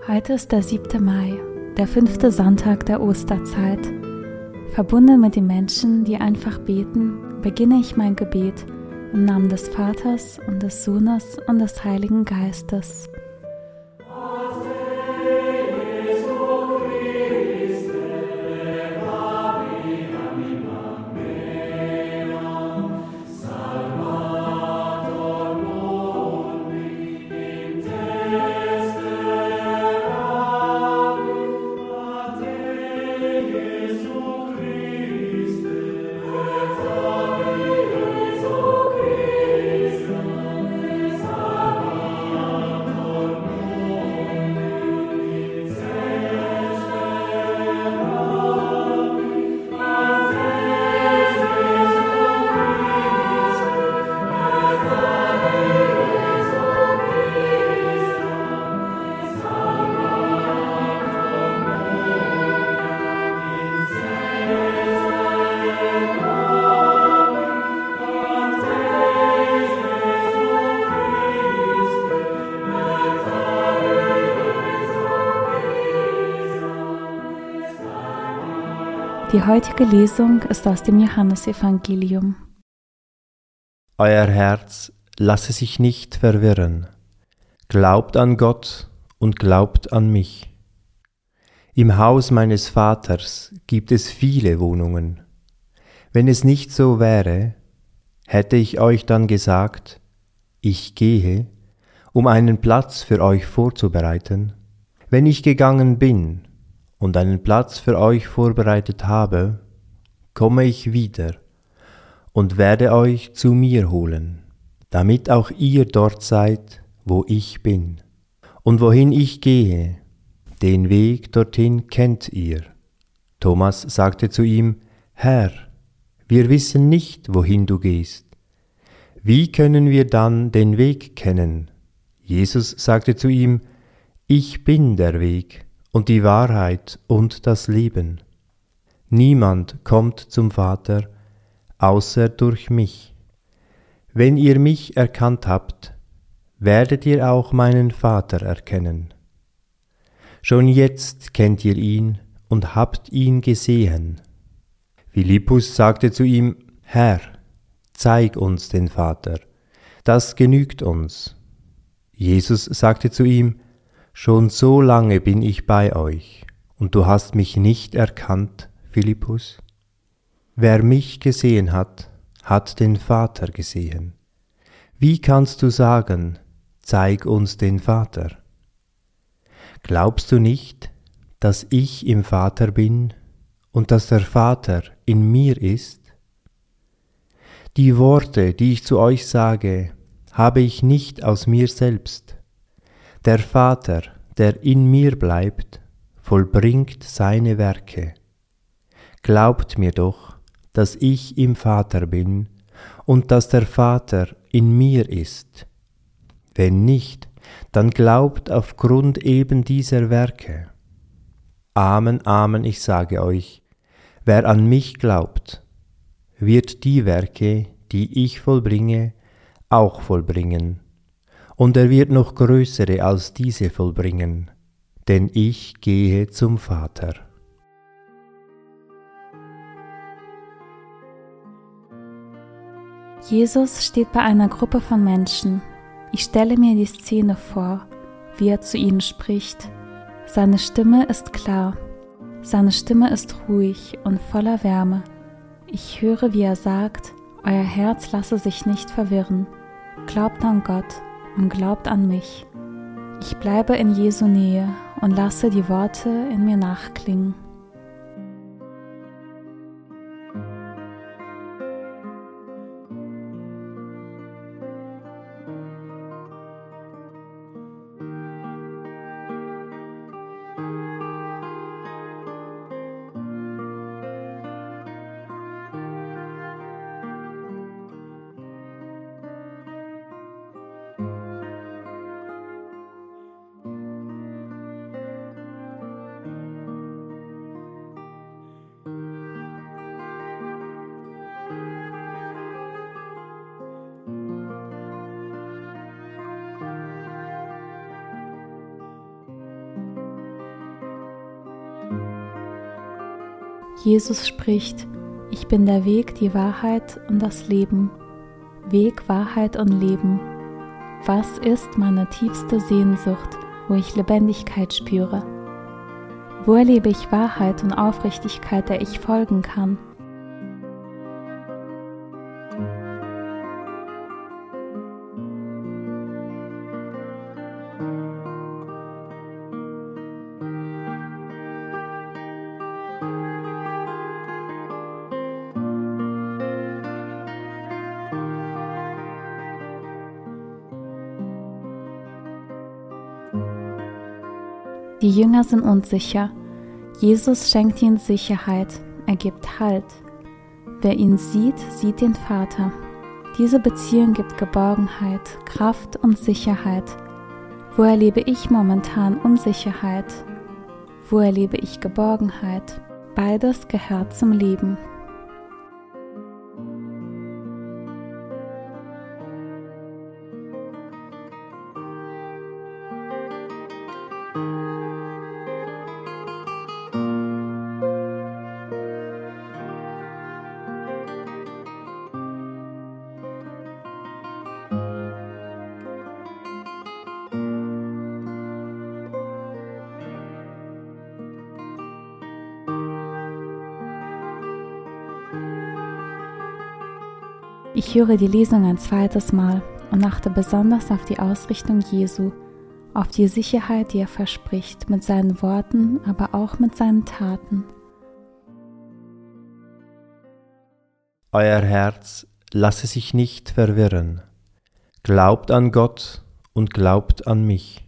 Heute ist der 7. Mai, der 5. Sonntag der Osterzeit. Verbunden mit den Menschen, die einfach beten, beginne ich mein Gebet im Namen des Vaters und des Sohnes und des Heiligen Geistes. Die heutige Lesung ist aus dem Johannesevangelium. Euer Herz lasse sich nicht verwirren. Glaubt an Gott und glaubt an mich. Im Haus meines Vaters gibt es viele Wohnungen. Wenn es nicht so wäre, hätte ich euch dann gesagt, ich gehe, um einen Platz für euch vorzubereiten. Wenn ich gegangen bin und einen Platz für euch vorbereitet habe, komme ich wieder und werde euch zu mir holen, damit auch ihr dort seid, wo ich bin. Und wohin ich gehe, den Weg dorthin kennt ihr. Thomas sagte zu ihm, Herr, wir wissen nicht, wohin du gehst. Wie können wir dann den Weg kennen? Jesus sagte zu ihm, ich bin der Weg und die Wahrheit und das Leben. Niemand kommt zum Vater, außer durch mich. Wenn ihr mich erkannt habt, werdet ihr auch meinen Vater erkennen. Schon jetzt kennt ihr ihn und habt ihn gesehen. Philippus sagte zu ihm, Herr, zeig uns den Vater, das genügt uns. Jesus sagte zu ihm, schon so lange bin ich bei euch, und du hast mich nicht erkannt, Philippus? Wer mich gesehen hat, hat den Vater gesehen. Wie kannst du sagen, zeig uns den Vater? Glaubst du nicht, dass ich im Vater bin und dass der Vater in mir ist? Die Worte, die ich zu euch sage, habe ich nicht aus mir selbst. Der Vater, der in mir bleibt, vollbringt seine Werke. Glaubt mir doch, dass ich im Vater bin und dass der Vater in mir ist. Wenn nicht, dann glaubt aufgrund eben dieser Werke. Amen, Amen, ich sage euch, wer an mich glaubt, wird die Werke, die ich vollbringe, auch vollbringen. Und er wird noch größere als diese vollbringen, denn ich gehe zum Vater. Jesus steht bei einer Gruppe von Menschen. Ich stelle mir die Szene vor, wie er zu ihnen spricht. Seine Stimme ist klar, seine Stimme ist ruhig und voller Wärme. Ich höre, wie er sagt, euer Herz lasse sich nicht verwirren. Glaubt an Gott und glaubt an mich. Ich bleibe in Jesu Nähe und lasse die Worte in mir nachklingen. Jesus spricht: Ich bin der Weg, die Wahrheit und das Leben. Weg, Wahrheit und Leben. Was ist meine tiefste Sehnsucht, wo ich Lebendigkeit spüre? Wo erlebe ich Wahrheit und Aufrichtigkeit, der ich folgen kann? Die Jünger sind unsicher. Jesus schenkt ihnen Sicherheit, er gibt Halt. Wer ihn sieht, sieht den Vater. Diese Beziehung gibt Geborgenheit, Kraft und Sicherheit. Wo erlebe ich momentan Unsicherheit? Wo erlebe ich Geborgenheit? Beides gehört zum Leben. Ich höre die Lesung ein zweites Mal und achte besonders auf die Ausrichtung Jesu, auf die Sicherheit, die er verspricht, mit seinen Worten, aber auch mit seinen Taten. Euer Herz lasse sich nicht verwirren. Glaubt an Gott und glaubt an mich.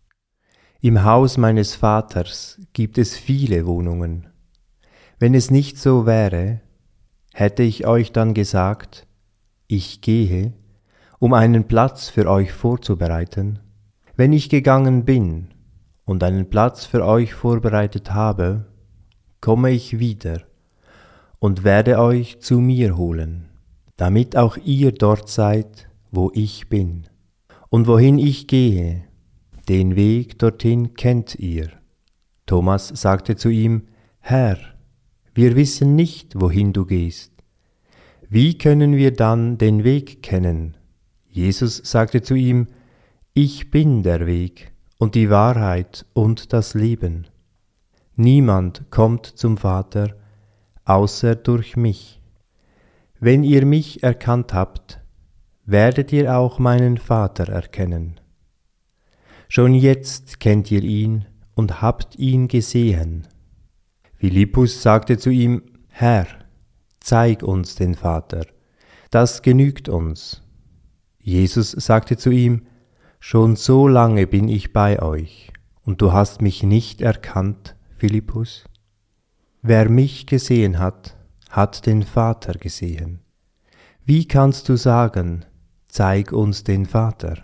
Im Haus meines Vaters gibt es viele Wohnungen. Wenn es nicht so wäre, hätte ich euch dann gesagt: Ich gehe, um einen Platz für euch vorzubereiten. Wenn ich gegangen bin und einen Platz für euch vorbereitet habe, komme ich wieder und werde euch zu mir holen, damit auch ihr dort seid, wo ich bin. Und wohin ich gehe, den Weg dorthin kennt ihr. Thomas sagte zu ihm: Herr, wir wissen nicht, wohin du gehst. Wie können wir dann den Weg kennen? Jesus sagte zu ihm: Ich bin der Weg und die Wahrheit und das Leben. Niemand kommt zum Vater, außer durch mich. Wenn ihr mich erkannt habt, werdet ihr auch meinen Vater erkennen. Schon jetzt kennt ihr ihn und habt ihn gesehen. Philippus sagte zu ihm: Herr, zeig uns den Vater, das genügt uns. Jesus sagte zu ihm: Schon so lange bin ich bei euch, und du hast mich nicht erkannt, Philippus? Wer mich gesehen hat, hat den Vater gesehen. Wie kannst du sagen: Zeig uns den Vater?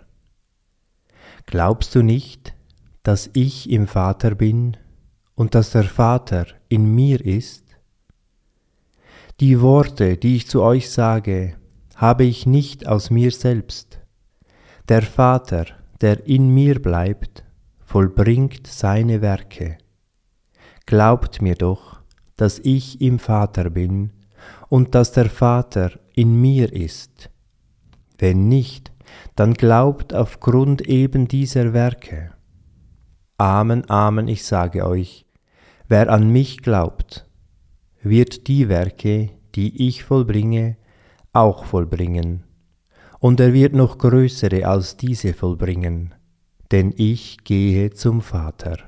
Glaubst du nicht, dass ich im Vater bin und dass der Vater in mir ist? Die Worte, die ich zu euch sage, habe ich nicht aus mir selbst. Der Vater, der in mir bleibt, vollbringt seine Werke. Glaubt mir doch, dass ich im Vater bin und dass der Vater in mir ist. Wenn nicht, dann glaubt aufgrund eben dieser Werke. Amen, Amen, ich sage euch, wer an mich glaubt, wird die Werke, die ich vollbringe, auch vollbringen. Und er wird noch größere als diese vollbringen, denn ich gehe zum Vater.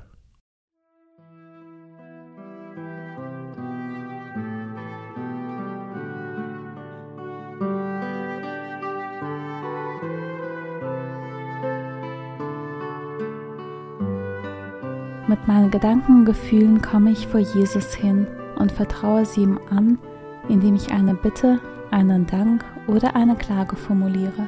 Mit meinen Gedanken und Gefühlen komme ich vor Jesus hin und vertraue sie ihm an, indem ich eine Bitte, einen Dank oder eine Klage formuliere.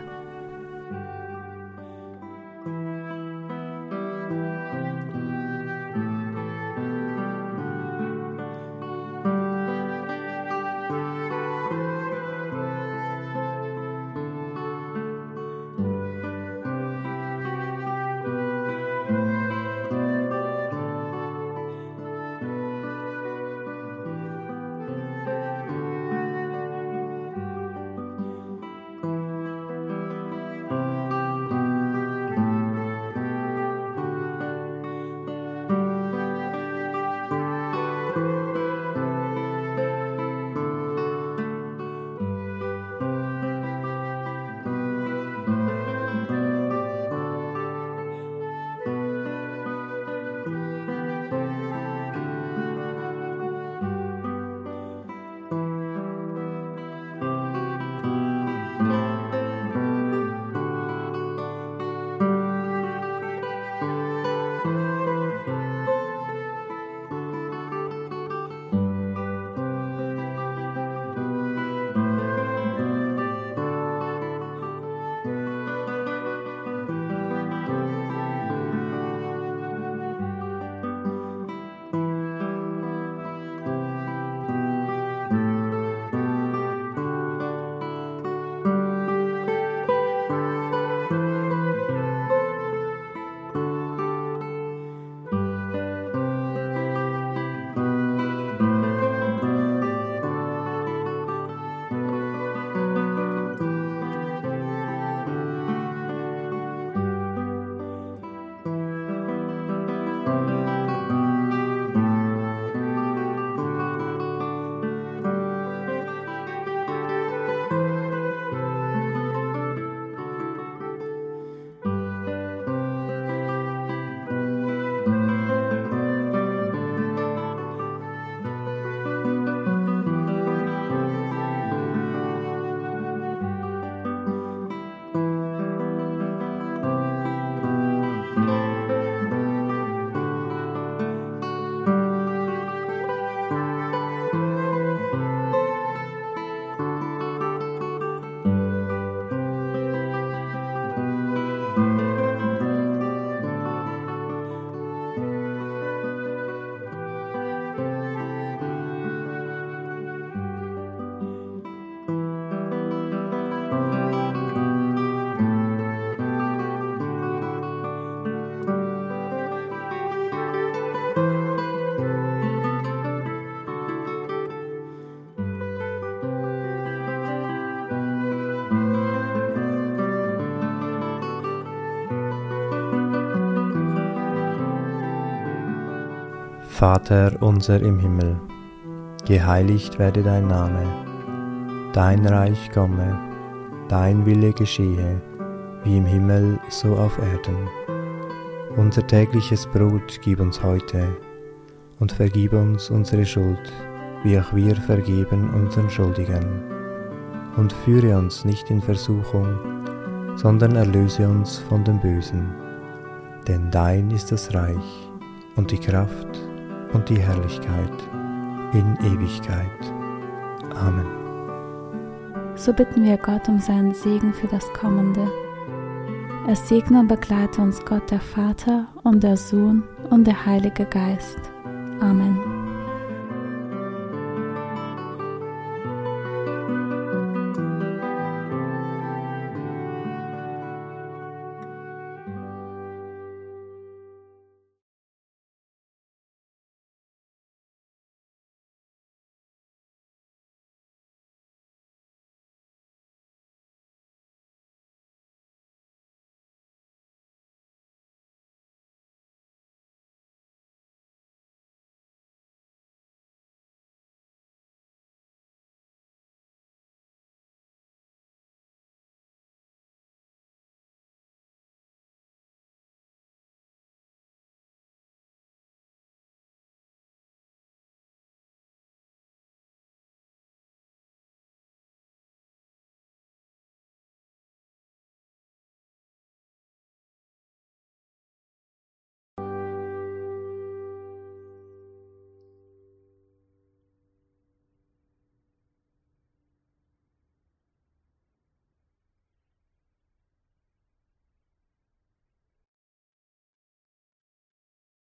Vater unser im Himmel, geheiligt werde dein Name, dein Reich komme, dein Wille geschehe, wie im Himmel so auf Erden. Unser tägliches Brot gib uns heute und vergib uns unsere Schuld, wie auch wir vergeben unseren Schuldigern. Und führe uns nicht in Versuchung, sondern erlöse uns von dem Bösen. Denn dein ist das Reich und die Kraft und die Herrlichkeit in Ewigkeit. Amen. So bitten wir Gott um seinen Segen für das Kommende. Es segne und begleite uns Gott, der Vater und der Sohn und der Heilige Geist. Amen.